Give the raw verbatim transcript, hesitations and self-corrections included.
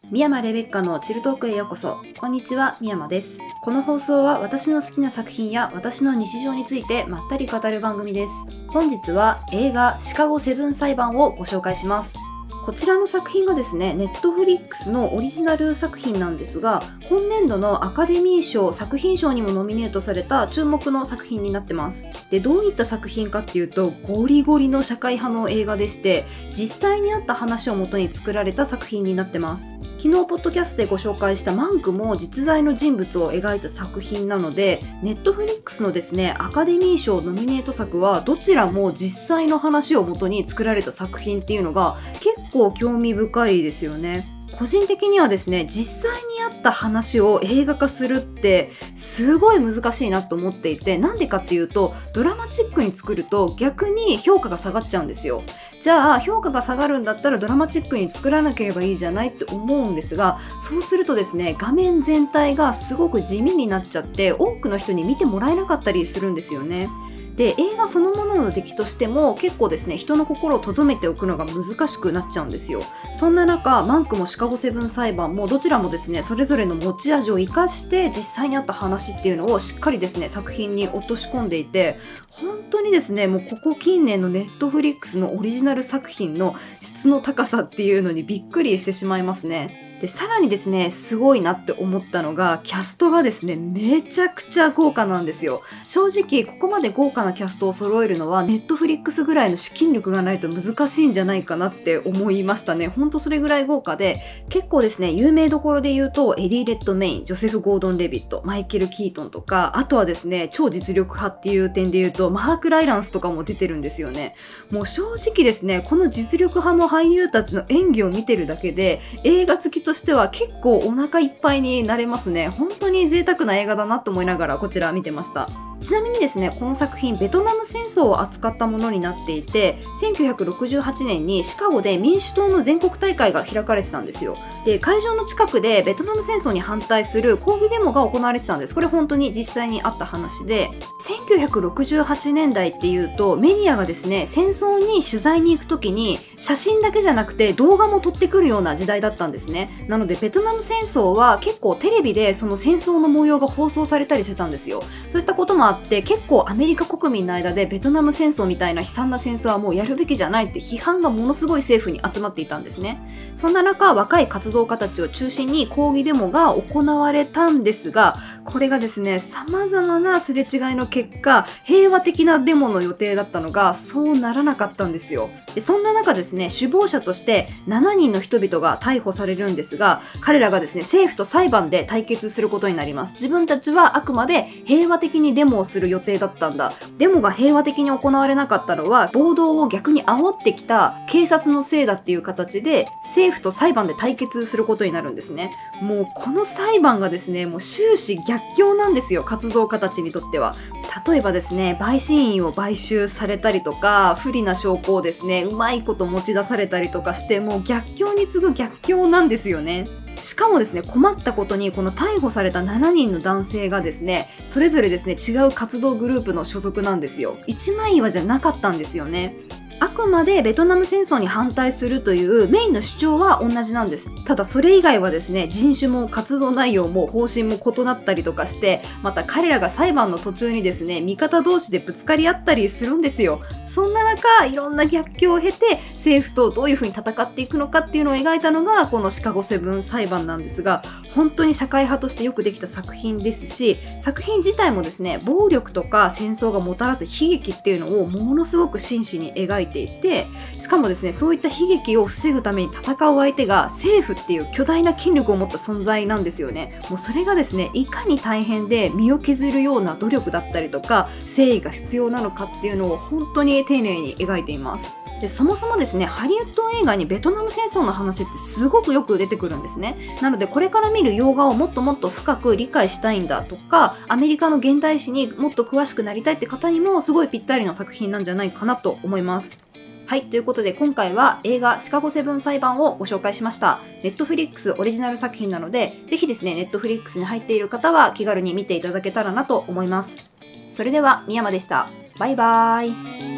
宮山レベッカのチルトークへようこそ。こんにちは、宮山です。この放送は私の好きな作品や私の日常についてまったり語る番組です。本日は映画シカゴセブン裁判をご紹介します。こちらの作品がですね、ネットフリックスのオリジナル作品なんですが、今年度のアカデミー賞作品賞にもノミネートされた注目の作品になってます。で、どういった作品かっていうと、ゴリゴリの社会派の映画でして、実際にあった話をもとに作られた作品になってます。昨日ポッドキャストでご紹介したマンクも実在の人物を描いた作品なので、ネットフリックスのですね、アカデミー賞ノミネート作はどちらも実際の話をもとに作られた作品っていうのが結構興味深いですよね。個人的にはですね、実際にあった話を映画化するってすごい難しいなと思っていて、なんでかっていうとドラマチックに作ると逆に評価が下がっちゃうんですよ。じゃあ評価が下がるんだったらドラマチックに作らなければいいじゃないって思うんですが、そうするとですね、画面全体がすごく地味になっちゃって多くの人に見てもらえなかったりするんですよね。で、映画そのものの出来としても結構ですね、人の心を留めておくのが難しくなっちゃうんですよ。そんな中、マンクもシカゴセブン裁判もどちらもですね、それぞれの持ち味を生かして実際にあった話っていうのをしっかりですね、作品に落とし込んでいて、本当にですね、もうここ近年のネットフリックスのオリジナル作品の質の高さっていうのにびっくりしてしまいますね。で、さらにですね、すごいなって思ったのが、キャストがですね、めちゃくちゃ豪華なんですよ。正直、ここまで豪華なキャストを揃えるのは、ネットフリックスぐらいの資金力がないと難しいんじゃないかなって思いましたね。ほんとそれぐらい豪華で、結構ですね、有名どころで言うと、エディ・レッドメイン、ジョセフ・ゴードン・レビット、マイケル・キートンとか、あとはですね、超実力派っていう点で言うと、マーク・ライランスとかも出てるんですよね。もう正直ですね、この実力派の俳優たちの演技を見てるだけで、映画好きととしては結構お腹いっぱいになれますね。本当に贅沢な映画だなと思いながらこちら見てました。ちなみにですね、この作品ベトナム戦争を扱ったものになっていて、せんきゅうひゃくろくじゅうはちねんにシカゴで民主党の全国大会が開かれてたんですよ。で、会場の近くでベトナム戦争に反対する抗議デモが行われてたんです。これ本当に実際にあった話で、せんきゅうひゃくろくじゅうはちねんだいっていうとメディアがですね、戦争に取材に行くときに写真だけじゃなくて動画も撮ってくるような時代だったんですね。なのでベトナム戦争は結構テレビでその戦争の模様が放送されたりしてたんですよ。そういったこともあって結構アメリカ国民の間でベトナム戦争みたいな悲惨な戦争はもうやるべきじゃないって批判がものすごい政府に集まっていたんですね。そんな中、若い活動家たちを中心に抗議デモが行われたんですが、これがですね、様々なすれ違いの結果、平和的なデモの予定だったのがそうならなかったんですよ。で、そんな中ですね、首謀者としてしちにんの人々が逮捕されるんですが、彼らがですね、政府と裁判で対決することになります。自分たちはあくまで平和的にデモをする予定だったんだ。デモが平和的に行われなかったのは暴動を逆に煽ってきた警察のせいだっていう形で政府と裁判で対決することになるんですね。もうこの裁判がですね、もう終始逆境なんですよ、活動家たちにとっては。例えばですね、陪審員を買収されたりとか、不利な証拠をですね、うまいこと持ち出されたりとかして、もう逆境に次ぐ逆境なんですよね。しかもですね、困ったことにこの逮捕されたしちにんの男性がですね、それぞれですね、違う活動グループの所属なんですよ。一枚岩じゃなかったんですよね。あくまでベトナム戦争に反対するというメインの主張は同じなんです。ただそれ以外はですね、人種も活動内容も方針も異なったりとかして、また彼らが裁判の途中にですね、味方同士でぶつかり合ったりするんですよ。そんな中、いろんな逆境を経て政府とどういう風に戦っていくのかっていうのを描いたのがこのシカゴセブン裁判なんですが、本当に社会派としてよくできた作品ですし、作品自体もですね、暴力とか戦争がもたらす悲劇っていうのをものすごく真摯に描いていて、しかもですね、そういった悲劇を防ぐために戦う相手が政府っていう巨大な権力を持った存在なんですよね。もうそれがですね、いかに大変で身を削るような努力だったりとか誠意が必要なのかっていうのを本当に丁寧に描いています。で、そもそもですね、ハリウッド映画にベトナム戦争の話ってすごくよく出てくるんですね。なのでこれから見る洋画をもっともっと深く理解したいんだとか、アメリカの現代史にもっと詳しくなりたいって方にもすごいぴったりの作品なんじゃないかなと思います。はい、ということで今回は映画シカゴセブン裁判をご紹介しました。ネットフリックスオリジナル作品なので、ぜひですね、ネットフリックスに入っている方は気軽に見ていただけたらなと思います。それでは、宮山でした。バイバーイ。